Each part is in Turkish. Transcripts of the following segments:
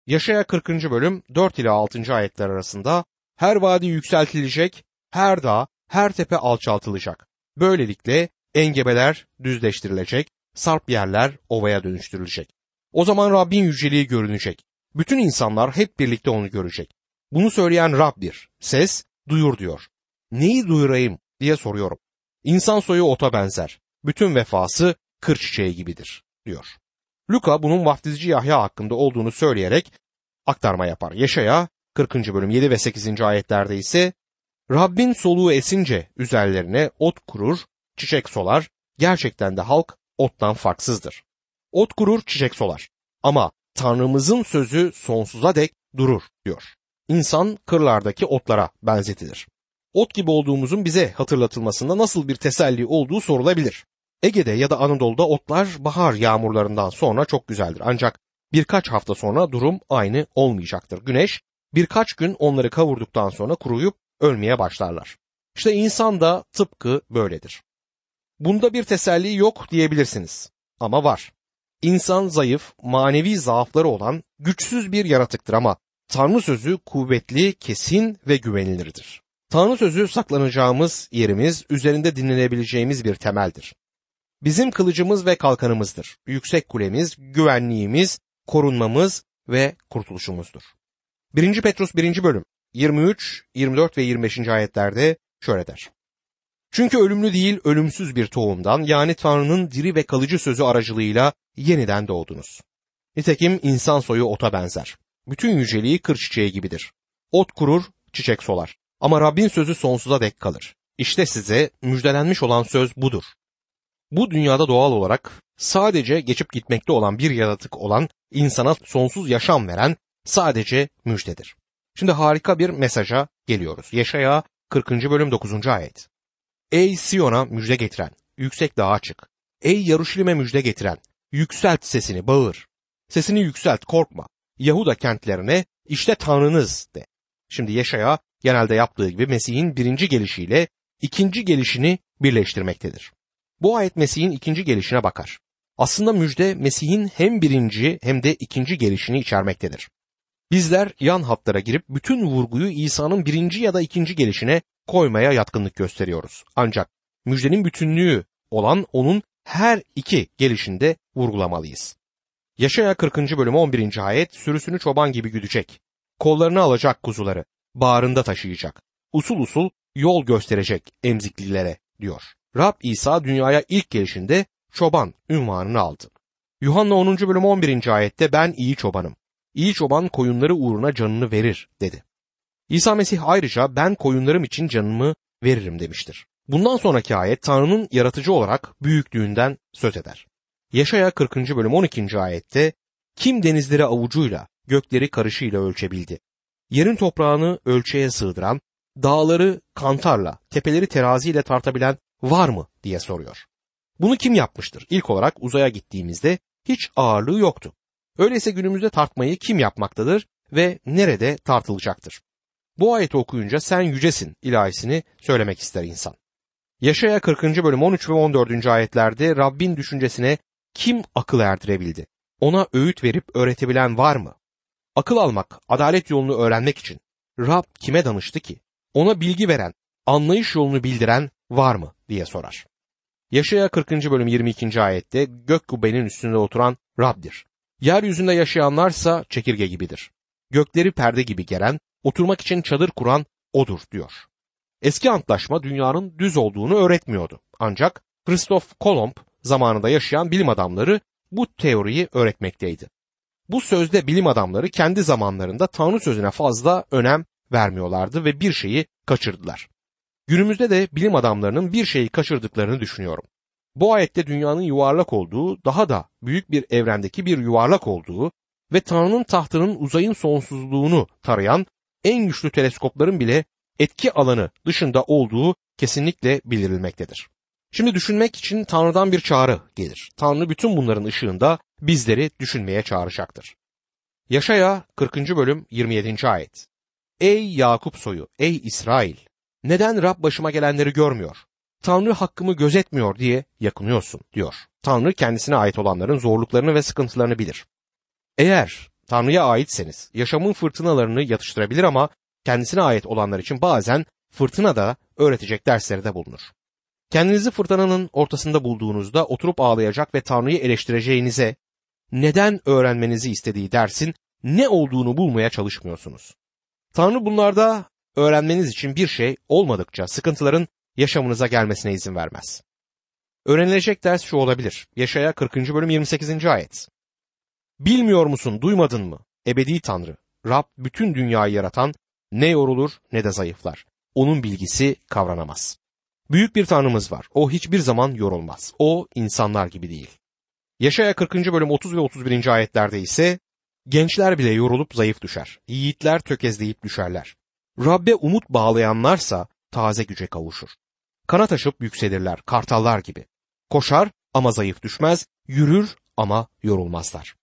Yaşaya 40. bölüm 4 ile 6. ayetler arasında her vadi yükseltilecek, her dağ, her tepe alçaltılacak. Böylelikle engebeler düzleştirilecek, sarp yerler ovaya dönüştürülecek. O zaman Rabbin yüceliği görünecek. Bütün insanlar hep birlikte onu görecek. Bunu söyleyen Rabb'dir. Ses, duyur diyor. Neyi duyurayım diye soruyorum. İnsan soyu ota benzer. Bütün vefası kır çiçeği gibidir diyor. Luka bunun vaftizci Yahya hakkında olduğunu söyleyerek aktarma yapar. Yaşaya 40. bölüm 7 ve 8. ayetlerde ise Rabbin soluğu esince üzerlerine ot kurur, çiçek solar, gerçekten de halk ottan farksızdır. Ot kurur, çiçek solar ama Tanrımızın sözü sonsuza dek durur diyor. İnsan kırlardaki otlara benzetilir. Ot gibi olduğumuzun bize hatırlatılmasında nasıl bir teselli olduğu sorulabilir. Ege'de ya da Anadolu'da otlar bahar yağmurlarından sonra çok güzeldir. Ancak birkaç hafta sonra durum aynı olmayacaktır. Güneş birkaç gün onları kavurduktan sonra kuruyup ölmeye başlarlar. İşte insan da tıpkı böyledir. Bunda bir teselli yok diyebilirsiniz. Ama var. İnsan zayıf, manevi zaafları olan güçsüz bir yaratıktır ama Tanrı sözü kuvvetli, kesin ve güvenilirdir. Tanrı sözü saklanacağımız yerimiz, üzerinde dinlenebileceğimiz bir temeldir. Bizim kılıcımız ve kalkanımızdır. Yüksek kulemiz, güvenliğimiz, korunmamız ve kurtuluşumuzdur. 1. Petrus 1. bölüm 23, 24 ve 25. ayetlerde şöyle der. Çünkü ölümlü değil ölümsüz bir tohumdan yani Tanrı'nın diri ve kalıcı sözü aracılığıyla yeniden doğdunuz. Nitekim insan soyu ota benzer. Bütün yüceliği kır çiçeği gibidir. Ot kurur, çiçek solar. Ama Rabbin sözü sonsuza dek kalır. İşte size müjdelenmiş olan söz budur. Bu dünyada doğal olarak sadece geçip gitmekte olan bir yaratık olan insana sonsuz yaşam veren sadece müjdedir. Şimdi harika bir mesaja geliyoruz. Yaşaya 40. bölüm 9. ayet. Ey Siyon'a müjde getiren, yüksek dağa çık. Ey Yaruşilim'e müjde getiren, yükselt sesini, bağır. Sesini yükselt, korkma. Yahuda kentlerine işte Tanrınız de. Şimdi Yaşaya genelde yaptığı gibi Mesih'in birinci gelişiyle ikinci gelişini birleştirmektedir. Bu ayet Mesih'in ikinci gelişine bakar. Aslında müjde Mesih'in hem birinci hem de ikinci gelişini içermektedir. Bizler yan hatlara girip bütün vurguyu İsa'nın birinci ya da ikinci gelişine koymaya yatkınlık gösteriyoruz. Ancak müjdenin bütünlüğü olan onun her iki gelişinde vurgulamalıyız. Yaşaya 40. bölüm 11. ayet sürüsünü çoban gibi güdecek. Kollarını alacak kuzuları, bağrında taşıyacak. Usul usul yol gösterecek emziklilere diyor. Rab İsa dünyaya ilk gelişinde çoban unvanını aldı. Yuhanna 10. bölüm 11. ayette ben iyi çobanım. İyi çoban koyunları uğruna canını verir dedi. İsa Mesih ayrıca ben koyunlarım için canımı veririm demiştir. Bundan sonraki ayet Tanrı'nın yaratıcı olarak büyüklüğünden söz eder. Yaşaya 40. bölüm 12. ayette kim denizleri avucuyla, gökleri karışıyla ölçebildi? Yerin toprağını ölçeğe sığdıran, dağları kantarla, tepeleri teraziyle tartabilen var mı diye soruyor. Bunu kim yapmıştır? İlk olarak uzaya gittiğimizde hiç ağırlığı yoktu. Öyleyse günümüzde tartmayı kim yapmaktadır ve nerede tartılacaktır? Bu ayeti okuyunca sen yücesin ilahisini söylemek ister insan. Yaşaya 40. bölüm 13 ve 14. ayetlerde Rabbin düşüncesine kim akıl erdirebildi? Ona öğüt verip öğretebilen var mı? Akıl almak, adalet yolunu öğrenmek için Rab kime danıştı ki? Ona bilgi veren, anlayış yolunu bildiren var mı diye sorar. Yaşaya 40. bölüm 22. ayette gök kubbenin üstünde oturan Rab'dir. Yeryüzünde yaşayanlarsa çekirge gibidir. Gökleri perde gibi geren, oturmak için çadır kuran odur diyor. Eski antlaşma dünyanın düz olduğunu öğretmiyordu. Ancak Christoph Kolomb zamanında yaşayan bilim adamları bu teoriyi öğretmekteydi. Bu sözde bilim adamları kendi zamanlarında Tanrı sözüne fazla önem vermiyorlardı ve bir şeyi kaçırdılar. Günümüzde de bilim adamlarının bir şeyi kaçırdıklarını düşünüyorum. Bu ayette dünyanın yuvarlak olduğu, daha da büyük bir evrendeki bir yuvarlak olduğu ve Tanrı'nın tahtının uzayın sonsuzluğunu tarayan en güçlü teleskopların bile etki alanı dışında olduğu kesinlikle bildirilmektedir. Şimdi düşünmek için Tanrı'dan bir çağrı gelir. Tanrı bütün bunların ışığında bizleri düşünmeye çağıracaktır. Yaşaya 40. bölüm 27. ayet. Ey Yakup soyu, ey İsrail! Neden Rab başıma gelenleri görmüyor? Tanrı hakkımı gözetmiyor diye yakınıyorsun diyor. Tanrı kendisine ait olanların zorluklarını ve sıkıntılarını bilir. Eğer Tanrı'ya aitseniz yaşamın fırtınalarını yatıştırabilir ama kendisine ait olanlar için bazen fırtına da öğretecek dersleri de bulunur. Kendinizi fırtınanın ortasında bulduğunuzda oturup ağlayacak ve Tanrı'yı eleştireceğinize, neden öğrenmenizi istediği dersin ne olduğunu bulmaya çalışmıyorsunuz. Tanrı bunlarda öğrenmeniz için bir şey olmadıkça sıkıntıların yaşamınıza gelmesine izin vermez. Öğrenilecek ders şu olabilir. Yeşaya 40. bölüm 28. ayet. Bilmiyor musun, duymadın mı? Ebedi Tanrı, Rab bütün dünyayı yaratan ne yorulur ne de zayıflar. Onun bilgisi kavranamaz. Büyük bir Tanrımız var. O hiçbir zaman yorulmaz. O insanlar gibi değil. Yeşaya 40. bölüm 30 ve 31. ayetlerde ise gençler bile yorulup zayıf düşer. Yiğitler tökezleyip düşerler. Rabbe umut bağlayanlarsa taze güce kavuşur. Kanat açıp yükselirler kartallar gibi. Koşar ama zayıf düşmez, yürür ama yorulmazlar.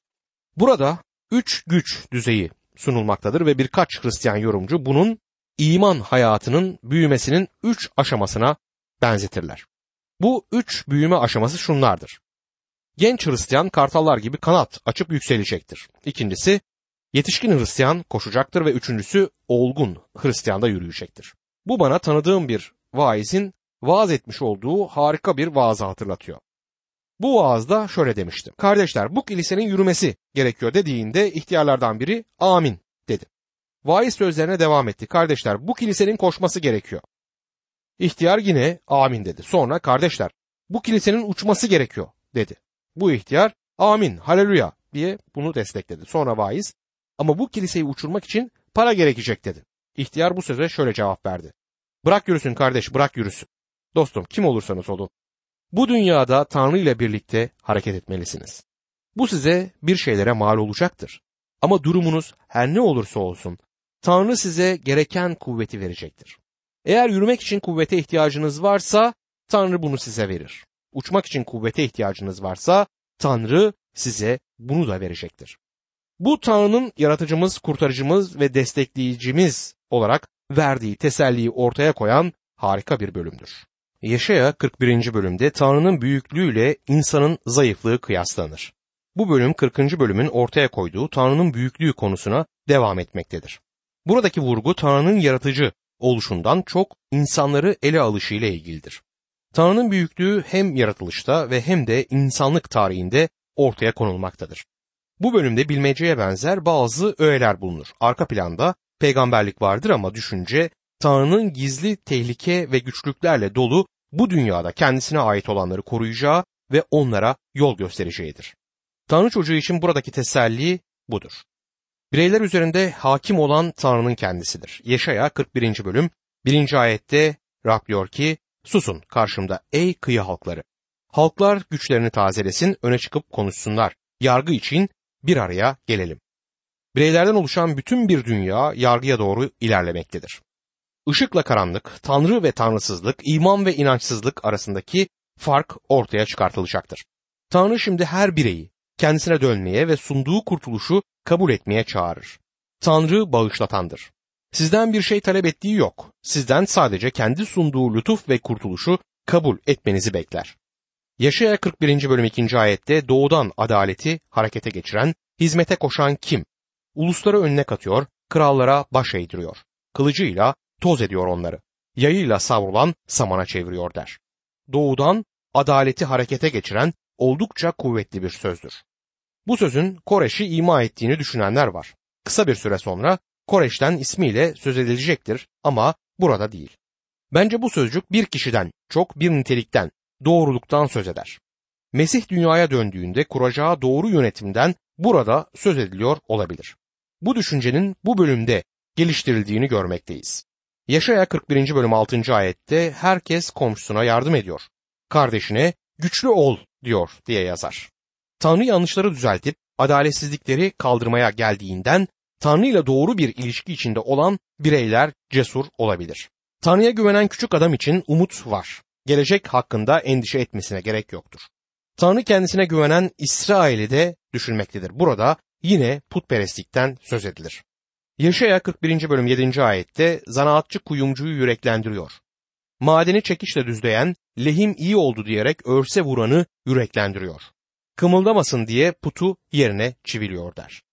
Burada 3 güç düzeyi sunulmaktadır ve birkaç Hristiyan yorumcu bunun iman hayatının büyümesinin 3 aşamasına benzetirler. Bu 3 büyüme aşaması şunlardır. Genç Hristiyan kartallar gibi kanat açıp yükselecektir. İkincisi, yetişkin Hristiyan koşacaktır ve üçüncüsü olgun Hristiyan da yürüyecektir. Bu bana tanıdığım bir vaizin vaaz etmiş olduğu harika bir vaazı hatırlatıyor. Bu vaazda şöyle demiştim. Kardeşler, bu kilisenin yürümesi gerekiyor dediğinde ihtiyarlardan biri amin dedi. Vaiz sözlerine devam etti. Kardeşler, bu kilisenin koşması gerekiyor. İhtiyar yine amin dedi. Sonra kardeşler, bu kilisenin uçması gerekiyor dedi. Bu ihtiyar amin, haleluya diye bunu destekledi. Sonra vaiz, ama bu kiliseyi uçurmak için para gerekecek dedi. İhtiyar bu söze şöyle cevap verdi. Bırak yürüsün kardeş, bırak yürüsün. Dostum, kim olursanız olun, bu dünyada Tanrı ile birlikte hareket etmelisiniz. Bu size bir şeylere mal olacaktır. Ama durumunuz her ne olursa olsun, Tanrı size gereken kuvveti verecektir. Eğer yürümek için kuvvete ihtiyacınız varsa, Tanrı bunu size verir. Uçmak için kuvvete ihtiyacınız varsa, Tanrı size bunu da verecektir. Bu Tanrı'nın yaratıcımız, kurtarıcımız ve destekleyicimiz olarak verdiği teselliyi ortaya koyan harika bir bölümdür. Yeşaya 41. bölümde Tanrı'nın büyüklüğüyle insanın zayıflığı kıyaslanır. Bu bölüm 40. bölümün ortaya koyduğu Tanrı'nın büyüklüğü konusuna devam etmektedir. Buradaki vurgu Tanrı'nın yaratıcı oluşundan çok insanları ele alışı ile ilgilidir. Tanrı'nın büyüklüğü hem yaratılışta ve hem de insanlık tarihinde ortaya konulmaktadır. Bu bölümde bilmeceye benzer bazı öğeler bulunur. Arka planda peygamberlik vardır ama düşünce Tanrı'nın gizli tehlike ve güçlüklerle dolu bu dünyada kendisine ait olanları koruyacağı ve onlara yol göstereceğidir. Tanrı çocuğu için buradaki teselli budur. Bireyler üzerinde hakim olan Tanrı'nın kendisidir. Yeşaya 41. bölüm 1. ayette Rab diyor ki, susun karşımda ey kıyı halkları. Halklar güçlerini tazelesin, öne çıkıp konuşsunlar. Yargı için bir araya gelelim. Bireylerden oluşan bütün bir dünya yargıya doğru ilerlemektedir. Işıkla karanlık, Tanrı ve tanrısızlık, iman ve inançsızlık arasındaki fark ortaya çıkartılacaktır. Tanrı şimdi her bireyi kendisine dönmeye ve sunduğu kurtuluşu kabul etmeye çağırır. Tanrı bağışlatandır. Sizden bir şey talep ettiği yok. Sizden sadece kendi sunduğu lütuf ve kurtuluşu kabul etmenizi bekler. Yeşaya 41. bölüm 2. ayette doğudan adaleti harekete geçiren, hizmete koşan kim? Ulusları önüne katıyor, krallara baş eğdiriyor. Kılıcıyla toz ediyor onları. Yayıyla savrulan samana çeviriyor der. Doğudan adaleti harekete geçiren oldukça kuvvetli bir sözdür. Bu sözün Koreş'i ima ettiğini düşünenler var. Kısa bir süre sonra Koreş'ten ismiyle söz edilecektir ama burada değil. Bence bu sözcük bir kişiden çok bir nitelikten, doğruluktan söz eder. Mesih dünyaya döndüğünde kuracağı doğru yönetimden burada söz ediliyor olabilir. Bu düşüncenin bu bölümde geliştirildiğini görmekteyiz. Yeşaya 41. bölüm 6. ayette herkes komşusuna yardım ediyor. Kardeşine güçlü ol diyor diye yazar. Tanrı yanlışları düzeltip adaletsizlikleri kaldırmaya geldiğinden Tanrı ile doğru bir ilişki içinde olan bireyler cesur olabilir. Tanrı'ya güvenen küçük adam için umut var. Gelecek hakkında endişe etmesine gerek yoktur. Tanrı kendisine güvenen İsrail'i de düşünmektedir. Burada yine putperestlikten söz edilir. Yeşaya 41. bölüm 7. ayette zanaatçı kuyumcuyu yüreklendiriyor. Madeni çekiçle düzleyen lehim iyi oldu diyerek örse vuranı yüreklendiriyor. Kımıldamasın diye putu yerine çiviliyor der.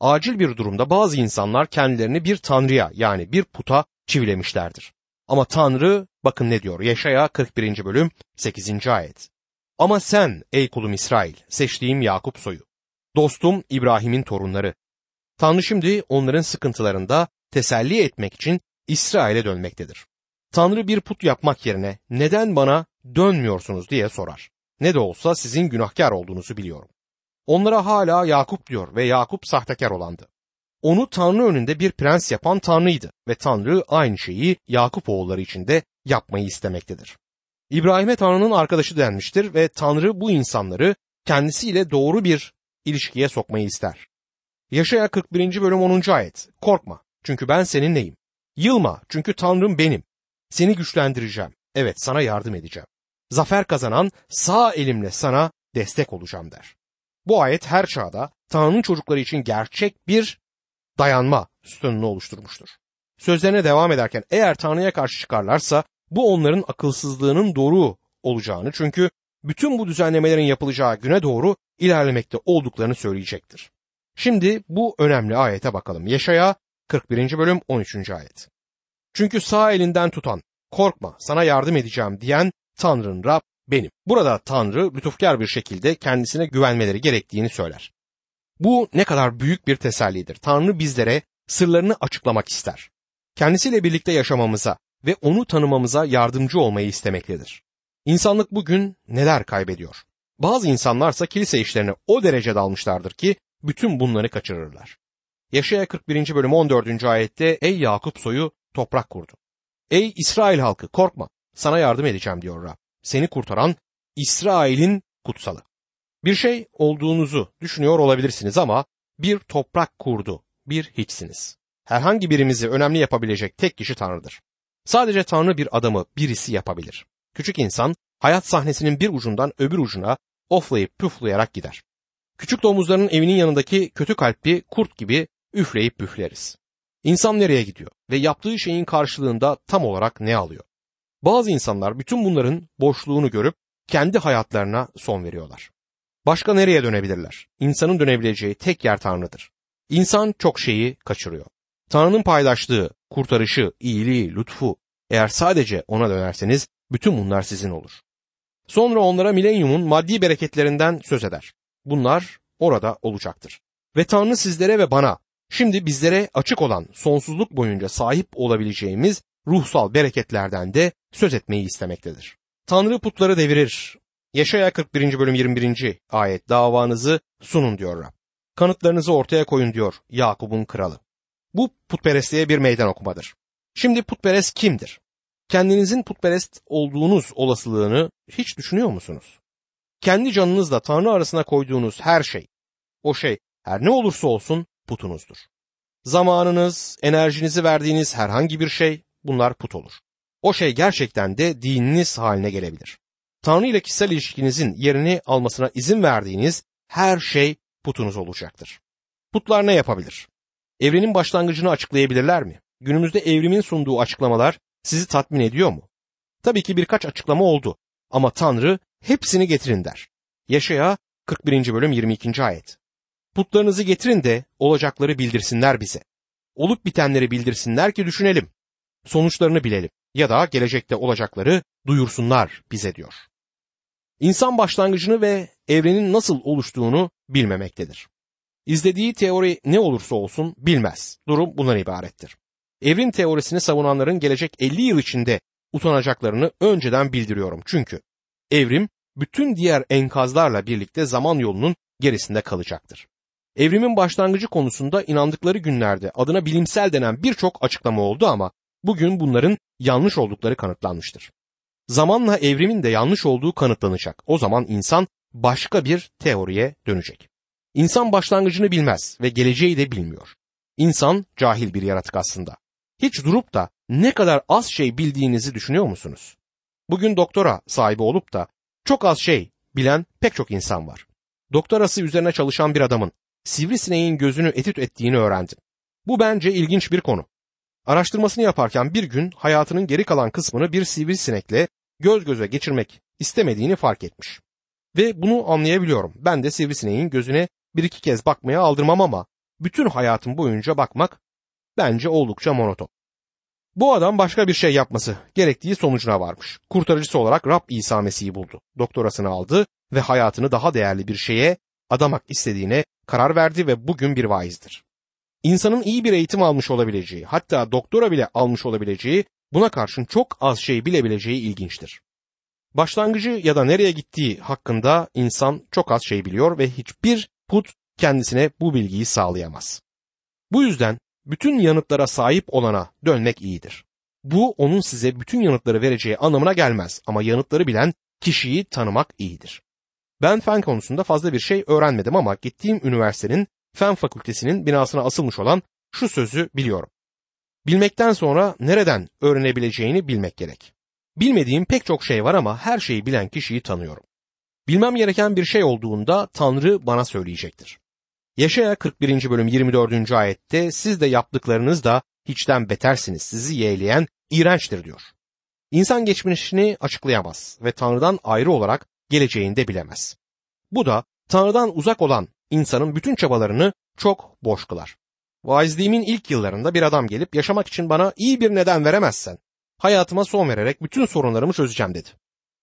Acil bir durumda bazı insanlar kendilerini bir tanrıya yani bir puta çivilemişlerdir. Ama Tanrı bakın ne diyor? Yeşaya 41. bölüm 8. ayet. Ama sen ey kulum İsrail, seçtiğim Yakup soyu, dostum İbrahim'in torunları. Tanrı şimdi onların sıkıntılarında teselli etmek için İsrail'e dönmektedir. Tanrı bir put yapmak yerine neden bana dönmüyorsunuz diye sorar. Ne de olsa sizin günahkar olduğunuzu biliyorum. Onlara hala Yakup diyor ve Yakup sahtekar olandı. Onu Tanrı önünde bir prens yapan Tanrı'ydı ve Tanrı aynı şeyi Yakup oğulları için de yapmayı istemektedir. İbrahim'e Tanrı'nın arkadaşı denmiştir ve Tanrı bu insanları kendisiyle doğru bir ilişkiye sokmayı ister. Yeşaya 41. bölüm 10. ayet. Korkma çünkü ben seninleyim. Yılma çünkü Tanrım benim. Seni güçlendireceğim. Evet sana yardım edeceğim. Zafer kazanan sağ elimle sana destek olacağım der. Bu ayet her çağda Tanrı'nın çocukları için gerçek bir dayanma sütununu oluşturmuştur. Sözlerine devam ederken eğer Tanrı'ya karşı çıkarlarsa bu onların akılsızlığının doğru olacağını çünkü bütün bu düzenlemelerin yapılacağı güne doğru ilerlemekte olduklarını söyleyecektir. Şimdi bu önemli ayete bakalım. Yeşaya 41. bölüm 13. ayet. Çünkü sağ elinden tutan, korkma sana yardım edeceğim diyen Tanrı'nın Rab benim. Burada Tanrı lütufkar bir şekilde kendisine güvenmeleri gerektiğini söyler. Bu ne kadar büyük bir tesellidir. Tanrı bizlere sırlarını açıklamak ister. Kendisiyle birlikte yaşamamıza ve onu tanımamıza yardımcı olmayı istemektedir. İnsanlık bugün neler kaybediyor? Bazı insanlarsa kilise işlerine o derece dalmışlardır ki bütün bunları kaçırırlar. Yeşaya 41. bölüm 14. ayette ey Yakup soyu toprak kurdu. Ey İsrail halkı korkma sana yardım edeceğim diyor Rab. Seni kurtaran İsrail'in kutsalı. Bir şey olduğunuzu düşünüyor olabilirsiniz ama bir toprak kurdu, bir hiçsiniz. Herhangi birimizi önemli yapabilecek tek kişi Tanrı'dır. Sadece Tanrı bir adamı birisi yapabilir. Küçük insan hayat sahnesinin bir ucundan öbür ucuna oflayıp püflayarak gider. Küçük domuzların evinin yanındaki kötü kalpli kurt gibi üfleyip püfleriz. İnsan nereye gidiyor ve yaptığı şeyin karşılığında tam olarak ne alıyor? Bazı insanlar bütün bunların boşluğunu görüp kendi hayatlarına son veriyorlar. Başka nereye dönebilirler? İnsanın dönebileceği tek yer Tanrı'dır. İnsan çok şeyi kaçırıyor. Tanrı'nın paylaştığı, kurtarışı, iyiliği, lütfu, eğer sadece ona dönerseniz bütün bunlar sizin olur. Sonra onlara milenyumun maddi bereketlerinden söz eder. Bunlar orada olacaktır. Ve Tanrı sizlere ve bana, şimdi bizlere açık olan sonsuzluk boyunca sahip olabileceğimiz ruhsal bereketlerden de söz etmeyi istemektedir. Tanrı putları devirir. Yeşaya 41. bölüm 21. ayet davanızı sunun diyor Rab. Kanıtlarınızı ortaya koyun diyor Yakup'un kralı. Bu putperestliğe bir meydan okumadır. Şimdi putperest kimdir? Kendinizin putperest olduğunuz olasılığını hiç düşünüyor musunuz? Kendi canınızla Tanrı arasına koyduğunuz her şey, o şey her ne olursa olsun putunuzdur. Zamanınız, enerjinizi verdiğiniz herhangi bir şey bunlar put olur. O şey gerçekten de dininiz haline gelebilir. Tanrı ile kişisel ilişkinizin yerini almasına izin verdiğiniz her şey putunuz olacaktır. Putlar ne yapabilir? Evrenin başlangıcını açıklayabilirler mi? Günümüzde evrimin sunduğu açıklamalar sizi tatmin ediyor mu? Tabii ki birkaç açıklama oldu ama Tanrı hepsini getirin der. Yeşaya 41. bölüm 22. ayet. Putlarınızı getirin de olacakları bildirsinler bize. Olup bitenleri bildirsinler ki düşünelim. Sonuçlarını bilelim ya da gelecekte olacakları duyursunlar bize diyor. İnsan başlangıcını ve evrenin nasıl oluştuğunu bilmemektedir. İzlediği teori ne olursa olsun bilmez. Durum bundan ibarettir. Evrim teorisini savunanların gelecek 50 yıl içinde utanacaklarını önceden bildiriyorum. Çünkü evrim bütün diğer enkazlarla birlikte zaman yolunun gerisinde kalacaktır. Evrimin başlangıcı konusunda inandıkları günlerde adına bilimsel denen birçok açıklama oldu ama bugün bunların yanlış oldukları kanıtlanmıştır. Zamanla evrimin de yanlış olduğu kanıtlanacak. O zaman insan başka bir teoriye dönecek. İnsan başlangıcını bilmez ve geleceği de bilmiyor. İnsan cahil bir yaratık aslında. Hiç durup da ne kadar az şey bildiğinizi düşünüyor musunuz? Bugün doktora sahibi olup da çok az şey bilen pek çok insan var. Doktorası üzerine çalışan bir adamın sivrisineğin gözünü etüt ettiğini öğrendim. Bu bence ilginç bir konu. Araştırmasını yaparken bir gün hayatının geri kalan kısmını bir sivrisinekle göz göze geçirmek istemediğini fark etmiş. Ve bunu anlayabiliyorum. Ben de sivrisineğin gözüne bir iki kez bakmaya aldırmam ama bütün hayatım boyunca bakmak bence oldukça monoton. Bu adam başka bir şey yapması gerektiği sonucuna varmış. Kurtarıcısı olarak Rab İsa Mesih'i buldu. Doktorasını aldı ve hayatını daha değerli bir şeye adamak istediğine karar verdi ve bugün bir vaizdir. İnsanın iyi bir eğitim almış olabileceği, hatta doktora bile almış olabileceği, buna karşın çok az şey bilebileceği ilginçtir. Başlangıcı ya da nereye gittiği hakkında insan çok az şey biliyor ve hiçbir put kendisine bu bilgiyi sağlayamaz. Bu yüzden bütün yanıtlara sahip olana dönmek iyidir. Bu onun size bütün yanıtları vereceği anlamına gelmez ama yanıtları bilen kişiyi tanımak iyidir. Ben fen konusunda fazla bir şey öğrenmedim ama gittiğim üniversitenin fen fakültesinin binasına asılmış olan şu sözü biliyorum. Bilmekten sonra nereden öğrenebileceğini bilmek gerek. Bilmediğim pek çok şey var ama her şeyi bilen kişiyi tanıyorum. Bilmem gereken bir şey olduğunda Tanrı bana söyleyecektir. Yeşaya 41. bölüm 24. ayette siz de yaptıklarınız da hiçten betersiniz, sizi yeğleyen iğrençtir diyor. İnsan geçmişini açıklayamaz ve Tanrı'dan ayrı olarak geleceğini de bilemez. Bu da Tanrı'dan uzak olan insanın bütün çabalarını çok boş kılar. Vaizliğimin ilk yıllarında bir adam gelip yaşamak için bana iyi bir neden veremezsen hayatıma son vererek bütün sorunlarımı çözeceğim dedi.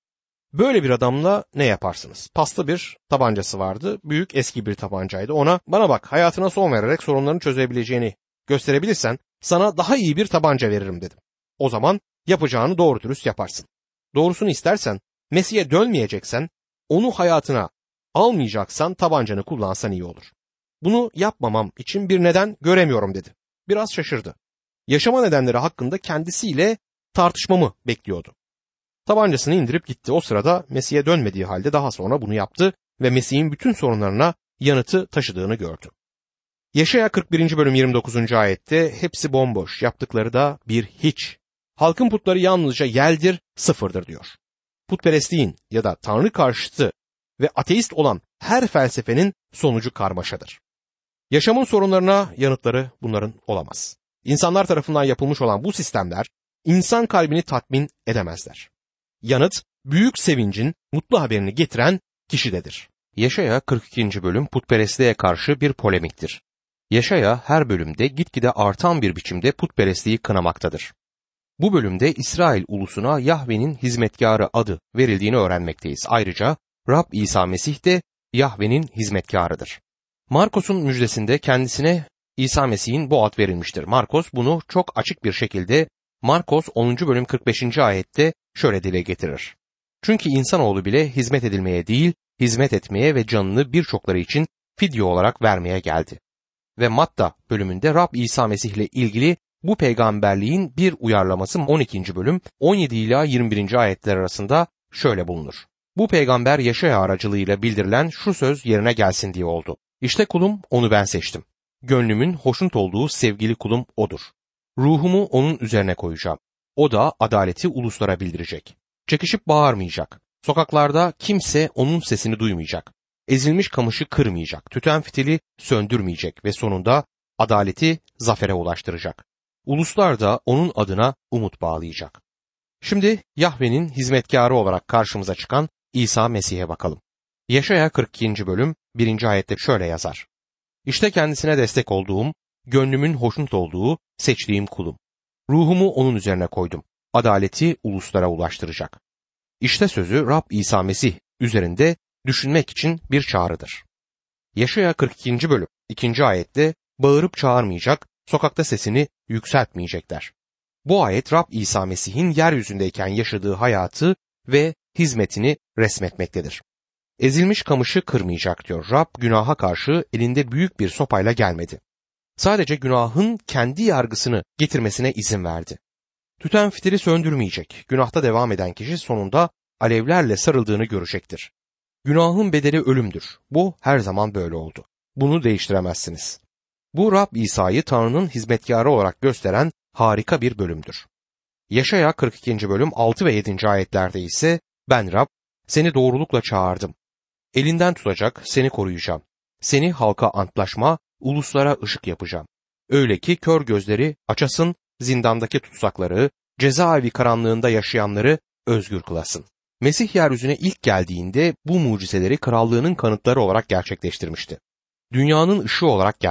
Böyle bir adamla ne yaparsınız? Paslı bir tabancası vardı. Büyük eski bir tabancaydı. Ona bana bak hayatına son vererek sorunlarını çözebileceğini gösterebilirsen sana daha iyi bir tabanca veririm dedim. O zaman yapacağını doğru dürüst yaparsın. Doğrusunu istersen Mesih'e dönmeyeceksen onu hayatına almayacaksan tabancanı kullansan iyi olur. Bunu yapmamam için bir neden göremiyorum dedi. Biraz şaşırdı. Yaşama nedenleri hakkında kendisiyle tartışmamı bekliyordu. Tabancasını indirip gitti. O sırada Mesih'e dönmediği halde daha sonra bunu yaptı ve Mesih'in bütün sorunlarına yanıtı taşıdığını gördü. Yeşaya 41. bölüm 29. ayette hepsi bomboş, yaptıkları da bir hiç. Halkın putları yalnızca yeldir, sıfırdır diyor. Putperestliğin ya da Tanrı karşıtı ve ateist olan her felsefenin sonucu karmaşadır. Yaşamın sorunlarına yanıtları bunların olamaz. İnsanlar tarafından yapılmış olan bu sistemler insan kalbini tatmin edemezler. Yanıt büyük sevincin mutlu haberini getiren kişidedir. Yeşaya 42. bölüm putperestliğe karşı bir polemiktir. Yeşaya her bölümde gitgide artan bir biçimde putperestliği kınamaktadır. Bu bölümde İsrail ulusuna Yahve'nin hizmetkarı adı verildiğini öğrenmekteyiz. Ayrıca Rab İsa Mesih de Yahve'nin hizmetkarıdır. Markos'un müjdesinde kendisine İsa Mesih'in bu ad verilmiştir. Markos bunu çok açık bir şekilde Markos 10. bölüm 45. ayette şöyle dile getirir. Çünkü insanoğlu bile hizmet edilmeye değil, hizmet etmeye ve canını birçokları için fidye olarak vermeye geldi. Ve Matta bölümünde Rab İsa Mesih ile ilgili bu peygamberliğin bir uyarlaması 12. bölüm 17 ila 21. ayetler arasında şöyle bulunur. Bu peygamber Yeşaya aracılığıyla bildirilen şu söz yerine gelsin diye oldu. İşte kulum, onu ben seçtim. Gönlümün hoşnut olduğu sevgili kulum odur. Ruhumu onun üzerine koyacağım. O da adaleti uluslara bildirecek. Çekişip bağırmayacak. Sokaklarda kimse onun sesini duymayacak. Ezilmiş kamışı kırmayacak. Tüten fitili söndürmeyecek ve sonunda adaleti zafere ulaştıracak. Uluslar da onun adına umut bağlayacak. Şimdi Yahve'nin hizmetkarı olarak karşımıza çıkan İsa Mesih'e bakalım. Yeşaya 42. bölüm 1. ayette şöyle yazar. İşte kendisine destek olduğum, gönlümün hoşnut olduğu, seçtiğim kulum. Ruhumu onun üzerine koydum. Adaleti uluslara ulaştıracak. İşte sözü Rab İsa Mesih üzerinde düşünmek için bir çağrıdır. Yeşaya 42. bölüm 2. ayette bağırıp çağırmayacak, sokakta sesini yükseltmeyecekler. Bu ayet Rab İsa Mesih'in yeryüzündeyken yaşadığı hayatı ve hizmetini resmetmektedir. Ezilmiş kamışı kırmayacak diyor. Rab günaha karşı elinde büyük bir sopayla gelmedi. Sadece günahın kendi yargısını getirmesine izin verdi. Tüten fitili söndürmeyecek. Günahta devam eden kişi sonunda alevlerle sarıldığını görecektir. Günahın bedeli ölümdür. Bu her zaman böyle oldu. Bunu değiştiremezsiniz. Bu Rab İsa'yı Tanrı'nın hizmetkarı olarak gösteren harika bir bölümdür. Yeşaya 42. bölüm 6 ve 7. ayetlerde ise ben Rab seni doğrulukla çağırdım. Elinden tutacak seni koruyacağım. Seni halka antlaşma, uluslara ışık yapacağım. Öyle ki kör gözleri açasın, zindandaki tutsakları, cezaevi karanlığında yaşayanları özgür kılasın. Mesih yeryüzüne ilk geldiğinde bu mucizeleri krallığının kanıtları olarak gerçekleştirmişti. Dünyanın ışığı olarak geldi.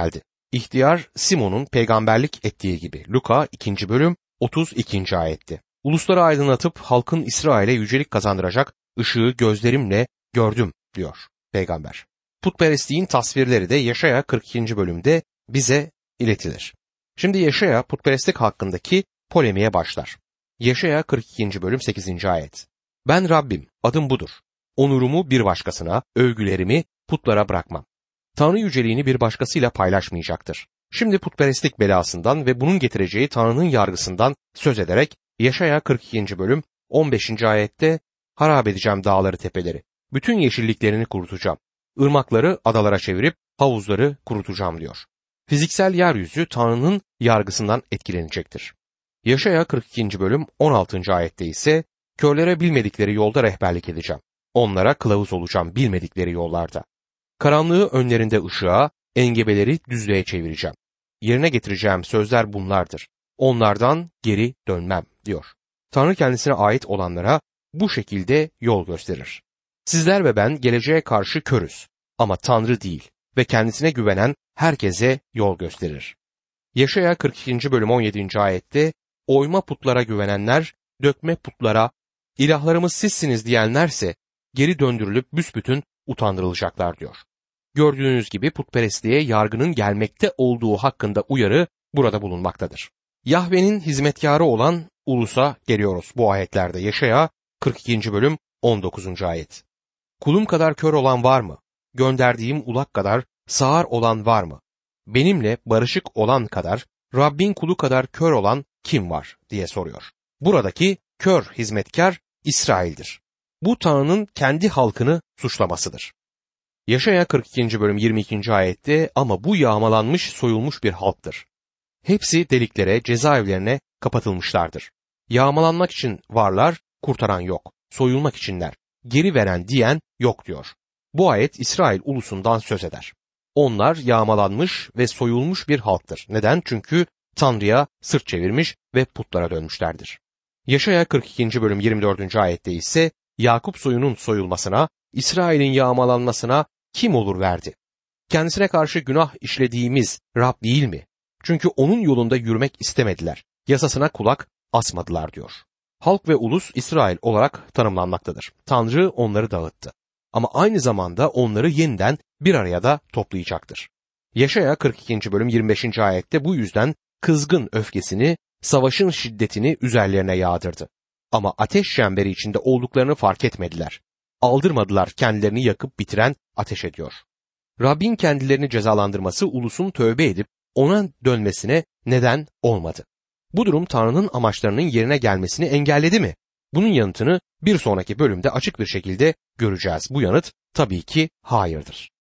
İhtiyar Simon'un peygamberlik ettiği gibi. Luka 2. bölüm 32. ayetti. Ulusları aydınlatıp halkın İsrail'e yücelik kazandıracak ışığı gözlerimle gördüm diyor peygamber. Putperestliğin tasvirleri de Yeşaya 42. bölümde bize iletilir. Şimdi Yeşaya putperestlik hakkındaki polemiğe başlar. Yeşaya 42. bölüm 8. ayet. Ben Rabbim, adım budur. Onurumu bir başkasına, övgülerimi putlara bırakmam. Tanrı yüceliğini bir başkasıyla paylaşmayacaktır. Şimdi putperestlik belasından ve bunun getireceği Tanrı'nın yargısından söz ederek Yeşaya 42. bölüm 15. ayette harap edeceğim dağları tepeleri. Bütün yeşilliklerini kurutacağım. Irmakları adalara çevirip havuzları kurutacağım diyor. Fiziksel yeryüzü Tanrı'nın yargısından etkilenecektir. Yeşaya 42. bölüm 16. ayette ise körlere bilmedikleri yolda rehberlik edeceğim. Onlara kılavuz olacağım bilmedikleri yollarda. Karanlığı önlerinde ışığa, engebeleri düzlüğe çevireceğim. Yerine getireceğim sözler bunlardır. Onlardan geri dönmem diyor. Tanrı kendisine ait olanlara bu şekilde yol gösterir. Sizler ve ben geleceğe karşı körüz ama Tanrı değil ve kendisine güvenen herkese yol gösterir. Yeşaya 42. bölüm 17. ayette oyma putlara güvenenler, dökme putlara, ilahlarımız sizsiniz diyenlerse geri döndürülüp büsbütün utandırılacaklar diyor. Gördüğünüz gibi putperestliğe yargının gelmekte olduğu hakkında uyarı burada bulunmaktadır. Yahve'nin hizmetkarı olan ulusa geliyoruz bu ayetlerde. Yeşaya 42. bölüm 19. ayet. Kulum kadar kör olan var mı? Gönderdiğim ulak kadar sağır olan var mı? Benimle barışık olan kadar, Rabbin kulu kadar kör olan kim var diye soruyor. Buradaki kör hizmetkar İsrail'dir. Bu Tanrı'nın kendi halkını suçlamasıdır. Yeşaya 42. bölüm 22. ayette ama bu yağmalanmış soyulmuş bir halktır. Hepsi deliklere, cezaevlerine kapatılmışlardır. Yağmalanmak için varlar, kurtaran yok. Soyulmak içinler, geri veren diyen yok diyor. Bu ayet İsrail ulusundan söz eder. Onlar yağmalanmış ve soyulmuş bir halktır. Neden? Çünkü Tanrı'ya sırt çevirmiş ve putlara dönmüşlerdir. Yeşaya 42. bölüm 24. ayette ise Yakup soyunun soyulmasına, İsrail'in yağmalanmasına kim olur verdi? Kendisine karşı günah işlediğimiz Rab değil mi? Çünkü onun yolunda yürümek istemediler. Yasasına kulak asmadılar diyor. Halk ve ulus İsrail olarak tanımlanmaktadır. Tanrı onları dağıttı. Ama aynı zamanda onları yeniden bir araya da toplayacaktır. Yeşaya 42. bölüm 25. ayette bu yüzden kızgın öfkesini, savaşın şiddetini üzerlerine yağdırdı. Ama ateş çemberi içinde olduklarını fark etmediler. Aldırmadılar kendilerini yakıp bitiren ateş ediyor. Rabbin kendilerini cezalandırması ulusun tövbe edip ona dönmesine neden olmadı. Bu durum Tanrı'nın amaçlarının yerine gelmesini engelledi mi? Bunun yanıtını bir sonraki bölümde açık bir şekilde göreceğiz. Bu yanıt tabii ki hayırdır.